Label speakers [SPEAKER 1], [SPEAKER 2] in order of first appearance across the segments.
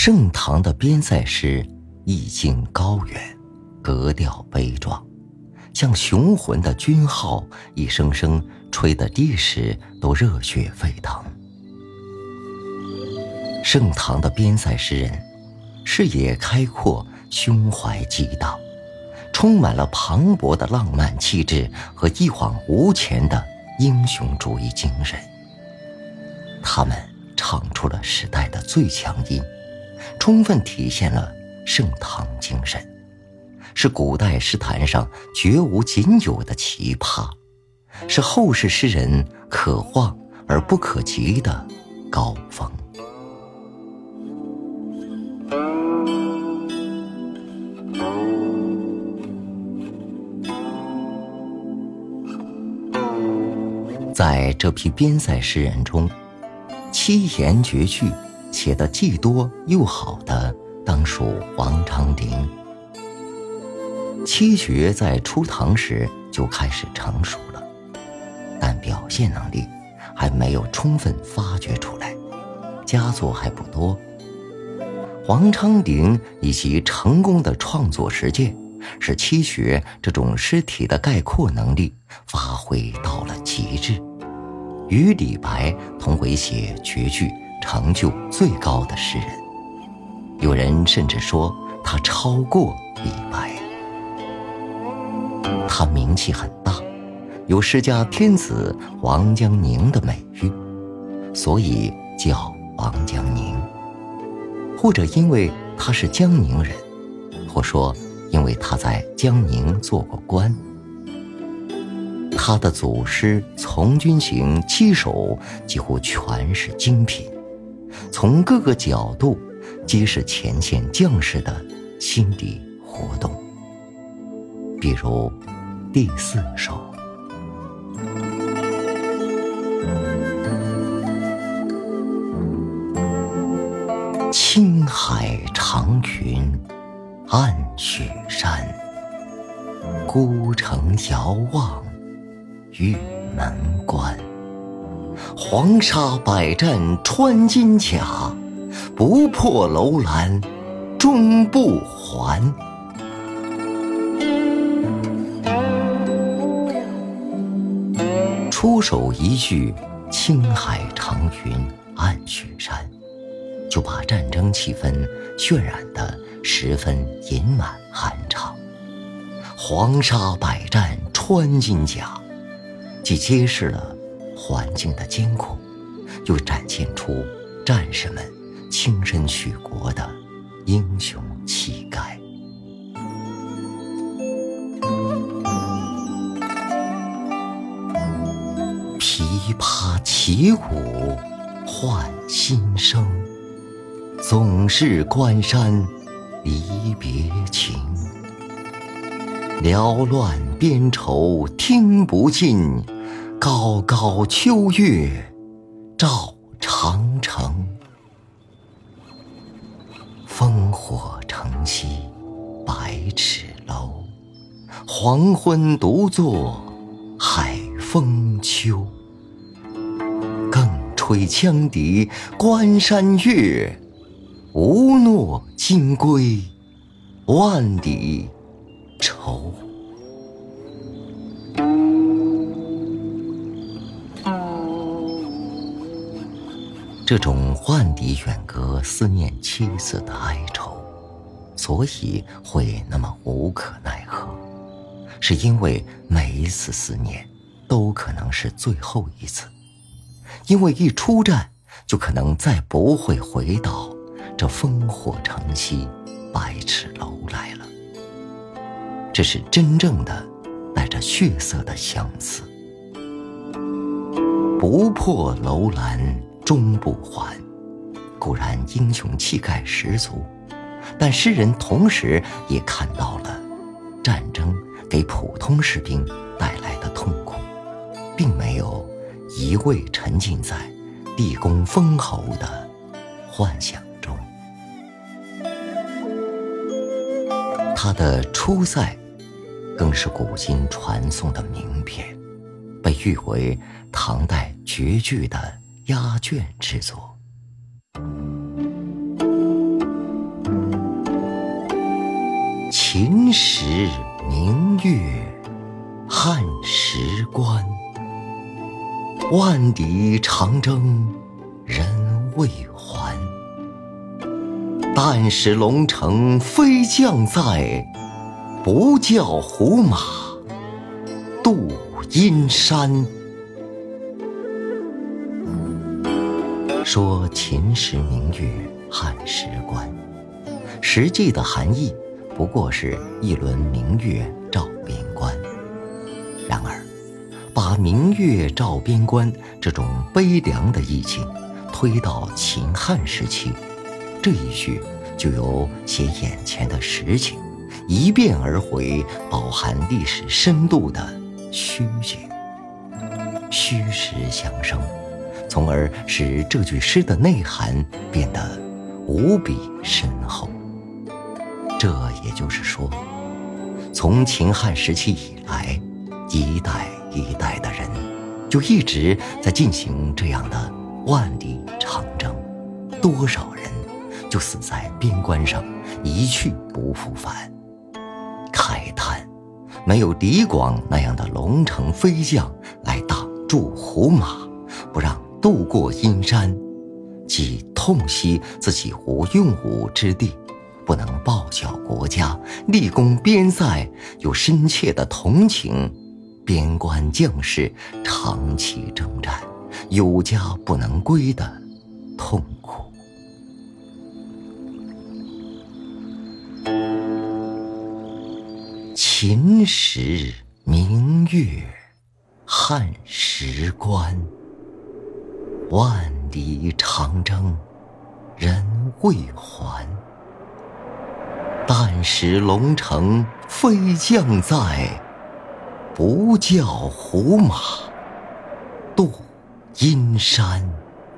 [SPEAKER 1] 盛唐的边塞诗意境高远，格调悲壮，像雄浑的军号，一声声吹得历史都热血沸腾。盛唐的边塞诗人视野开阔，胸怀激荡，充满了磅礴的浪漫气质和一往无前的英雄主义精神。他们唱出了时代的最强音，充分体现了盛唐精神，是古代诗坛上绝无仅有的奇葩，是后世诗人可望而不可及的高峰。在这批边塞诗人中，七言绝句写得既多又好的当属王昌龄。七绝在初唐时就开始成熟了，但表现能力还没有充分发掘出来，佳作还不多。王昌龄以其成功的创作实践，使七绝这种诗体的概括能力发挥到了极致，与李白同为写绝句成就最高的诗人，有人甚至说他超过李白。他名气很大，有诗家天子王江宁的美誉，所以叫王江宁，或者因为他是江宁人，或说因为他在江宁做过官。他的祖诗《从军行》7首几乎全是精品，从各个角度揭示前线将士的心理活动。比如第4首：青海长云暗雪山，孤城遥望玉门关。黄沙百战穿金甲，不破楼兰终不还。出手一句青海长云暗雪山，就把战争气氛渲染得十分隐满酣畅。黄沙百战穿金甲，既揭示了环境的艰苦，又展现出战士们倾身许国的英雄气概。琵琶起舞换新声，总是关山离别情。缭乱边愁听不尽，高高秋月照长城。烽火城西百尺楼，黄昏独坐海风秋。更吹羌笛关山月，无诺金归万里愁。这种万里远隔思念妻子的哀愁，所以会那么无可奈何，是因为每一次思念都可能是最后一次，因为一出战就可能再不会回到这烽火城西百尺楼来了。这是真正的带着血色的相思。不破楼兰终不还，固然英雄气概十足，但诗人同时也看到了战争给普通士兵带来的痛苦，并没有一味沉浸在立功封侯的幻想中。他的《出塞》更是古今传颂的名篇，被誉为唐代绝句的压卷之作。 秦时明月汉时关，万里长征人未还。但使龙城飞将在，不教胡马度阴山。说秦时明月汉时关，实际的含义不过是一轮明月照边关。然而把明月照边关这种悲凉的意境推到秦汉时期，这一句就有写眼前的实情，一变而回，饱含历史深度的虚景，虚实相生，从而使这句诗的内涵变得无比深厚。这也就是说，从秦汉时期以来，一代一代的人就一直在进行这样的万里长征，多少人就死在边关上，一去不复返。慨叹没有李广那样的龙城飞将来挡住胡马，不让渡过阴山，既痛惜自己无用武之地，不能报效国家，立功边塞，又深切地同情边关将士长期征战，有家不能归的痛苦。秦时明月汉时关，万里长征人未还。但使龙城飞将在，不教胡马度阴山。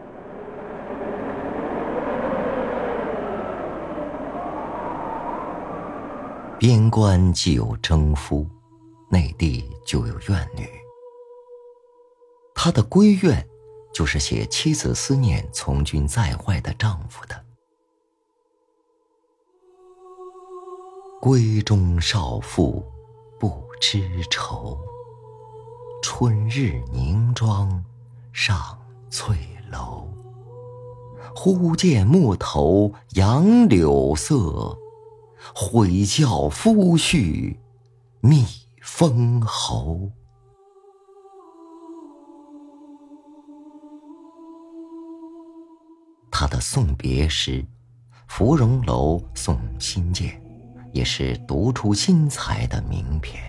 [SPEAKER 1] 边关既有征夫，内地就有怨女。他的闺怨就是写妻子思念从军在外的丈夫的。闺中少妇不知愁，春日凝妆上翠楼。忽见陌头杨柳色，悔教夫婿觅封侯。他的送别诗《芙蓉楼送辛渐》也是独出心裁的名篇。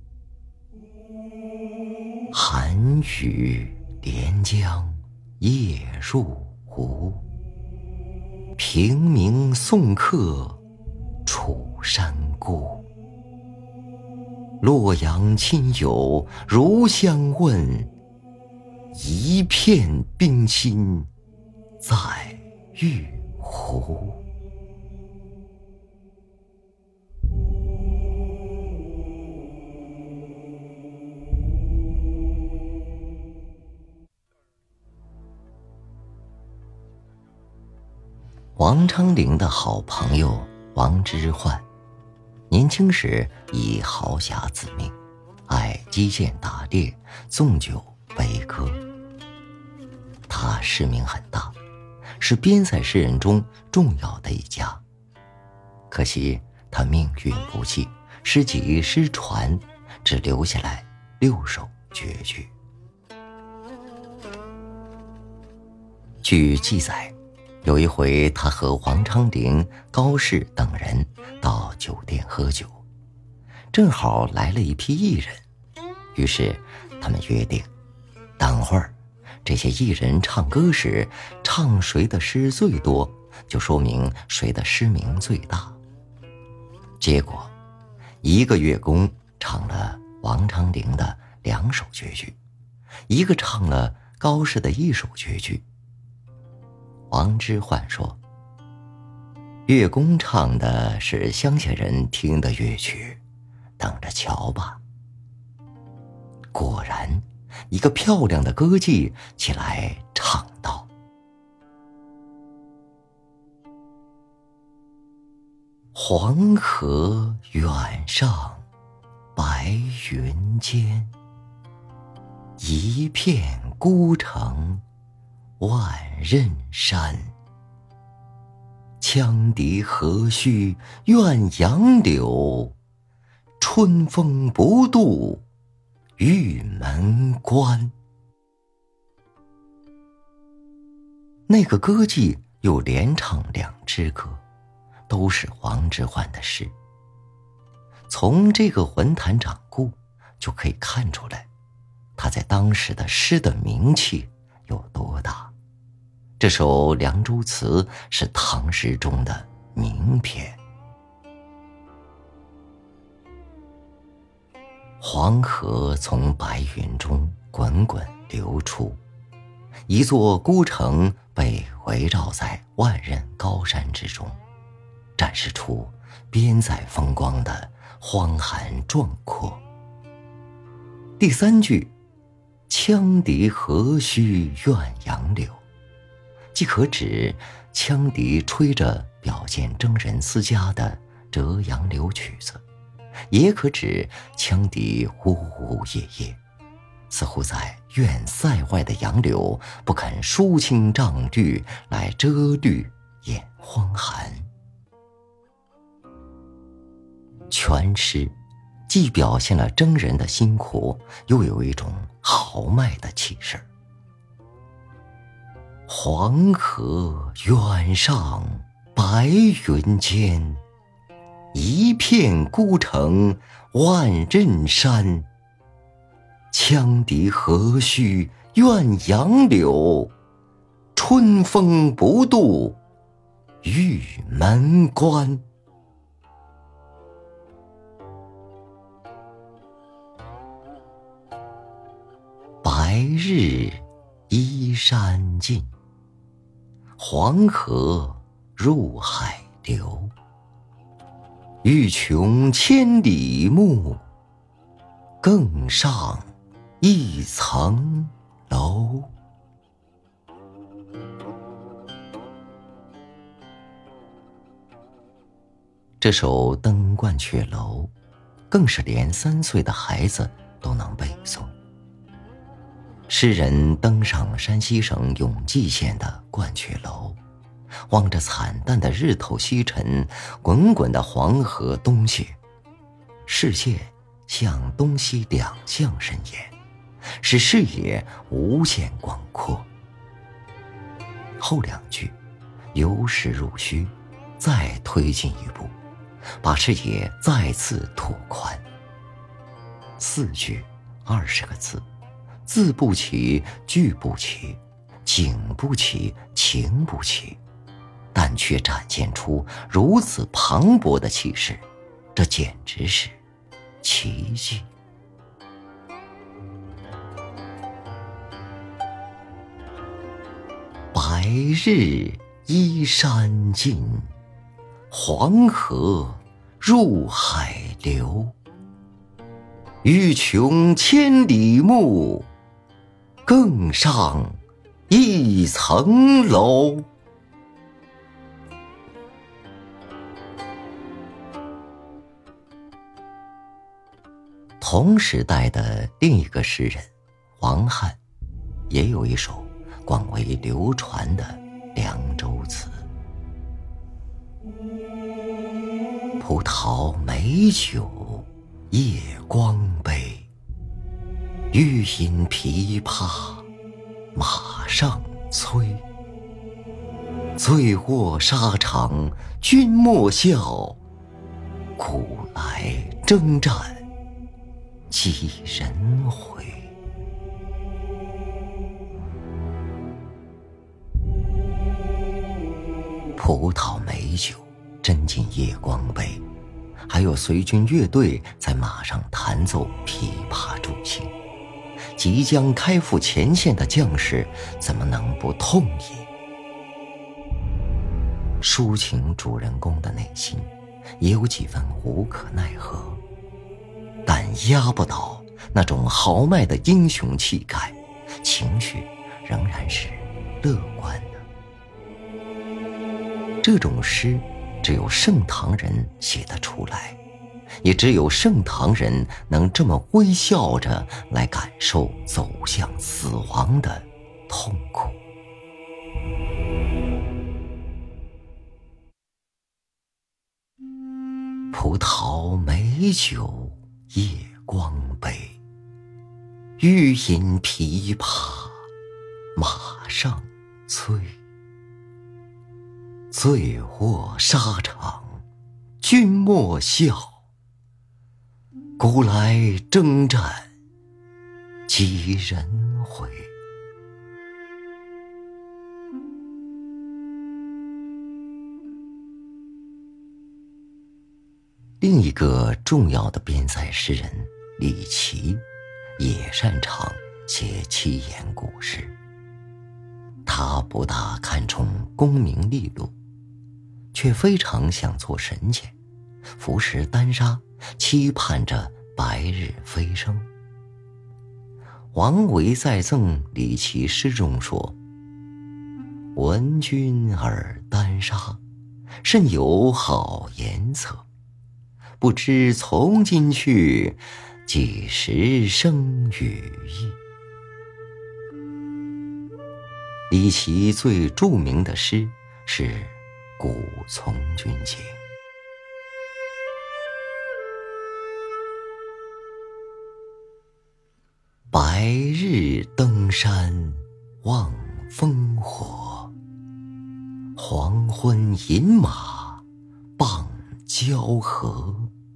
[SPEAKER 1] 寒雨连江夜入吴，平明送客楚山孤。洛阳亲友如相问，一片冰心在玉壶。王昌龄的好朋友王之涣，年轻时以豪侠自命，爱击剑打猎，纵酒悲歌。他诗名很大，是边塞诗人中重要的一家。可惜他命运不济，诗集失传，只留下来6首绝句。据记载，有一回他和王昌龄、高适等人到酒店喝酒，正好来了一批艺人，于是他们约定，等会儿这些艺人唱歌时，唱谁的诗最多，就说明谁的诗名最大。结果一个乐工唱了王昌龄的2首绝句，一个唱了高适的1首绝句。王之涣说，乐工唱的是乡下人听的乐曲，等着瞧吧。果然，一个漂亮的歌妓起来唱道： 黄河远上白云间，一片孤城万仞山。羌笛何须怨杨柳，春风不度玉门关。那个歌妓又连唱2支歌，都是黄之涣的诗。从这个文坛掌故就可以看出来，他在当时的诗的名气有多大。这首《凉州词》是唐诗中的名篇。黄河从白云中滚滚流出，一座孤城被围绕在万仞高山之中，展示出边塞风光的荒寒壮阔。第3句羌笛何须怨杨柳，既可指羌笛吹着表现征人思家的折杨柳曲子，也可指羌笛呜呜咽咽，似乎在怨塞外的杨柳不肯疏青障绿来遮绿掩荒寒。全诗既表现了征人的辛苦，又有一种豪迈的气势。黄河远上白云间，一片孤城万仞山。羌笛何须怨杨柳，春风不度玉门关。白日依山尽，黄河入海流。欲穷千里目，更上一层楼。这首《登鹳雀楼》更是连3岁的孩子都能背诵。诗人登上山西省永济县的鹳雀楼，望着惨淡的日头西沉，滚滚的黄河东泻，视线向东西2向伸延，使视野无限广阔。后2句由实入虚，再推进一步，把视野再次拓宽。4句20个字，字不齐，句不齐，景不齐，情不齐，但却展现出如此磅礴的气势，这简直是奇迹。白日依山尽，黄河入海流。欲穷千里目，更上一层楼。同时代的另一个诗人王翰，也有一首广为流传的《凉州词》。葡萄美酒夜光杯，欲饮琵琶马上催。醉卧沙场君莫笑，古来征战几人回。葡萄美酒斟进夜光杯，还有随军乐队在马上弹奏琵琶助兴，即将开赴前线的将士怎么能不痛饮？抒情主人公的内心也有几分无可奈何，但压不倒那种豪迈的英雄气概，情绪仍然是乐观的。这种诗只有盛唐人写得出来，也只有盛唐人能这么微笑着来感受走向死亡的痛苦。葡萄美酒夜光杯，欲饮琵琶马上催。醉卧沙场君莫笑，古来征战几人回。另一个重要的边塞诗人李颀也擅长写七言古诗。他不大看重功名利禄，却非常想做神仙，服食丹砂，期盼着白日飞升。王维在赠李颀诗中说：闻君耳丹砂，甚有好言策，不知从今去，几时生羽翼。李颀最著名的诗是《古从军情》。白日登山望烽火，黄昏饮马傍交河。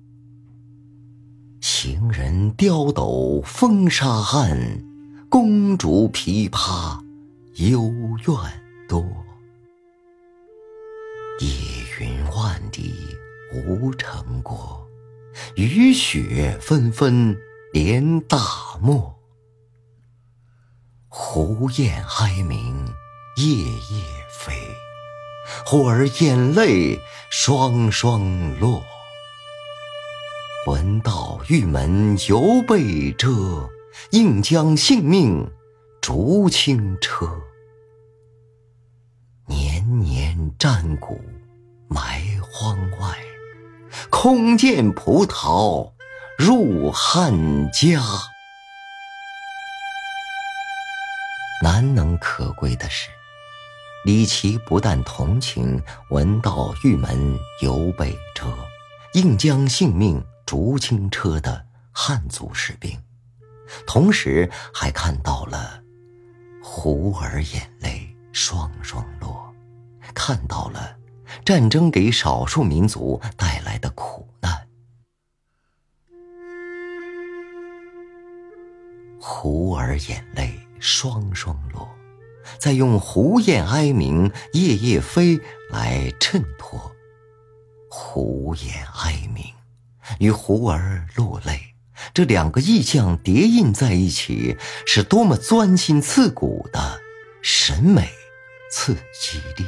[SPEAKER 1] 行人刁斗风沙暗，公主琵琶幽怨多。夜云万里无城郭，雨雪纷纷连大漠。胡雁哀鸣夜夜飞，忽而眼泪双双落。闻道玉门犹被遮，应将性命逐轻车。年年战鼓埋荒外，空见葡萄入汉家。难能可贵的是，李颀不但同情闻道玉门犹被遮，应将性命逐轻车的汉族士兵，同时还看到了胡儿眼泪双双落，看到了战争给少数民族带来的苦难。胡儿眼泪双双落，再用胡雁哀鸣夜夜飞来衬托。胡雁哀鸣与胡儿落泪，这两个意象叠印在一起，是多么钻心刺骨的审美刺激力。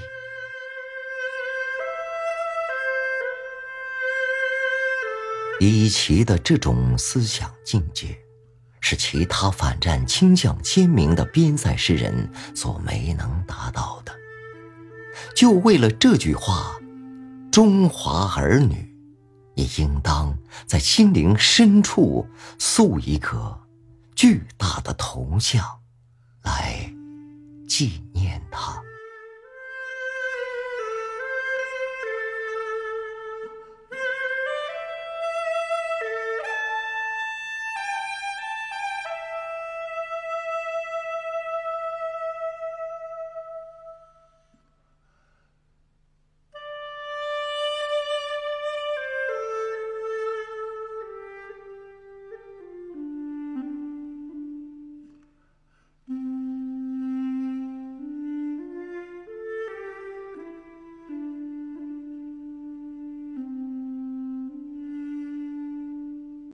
[SPEAKER 1] 李颀的这种思想境界，是其他反战倾向鲜明的边塞诗人所没能达到的。就为了这句话，中华儿女也应当在心灵深处塑一个巨大的铜像来纪念他。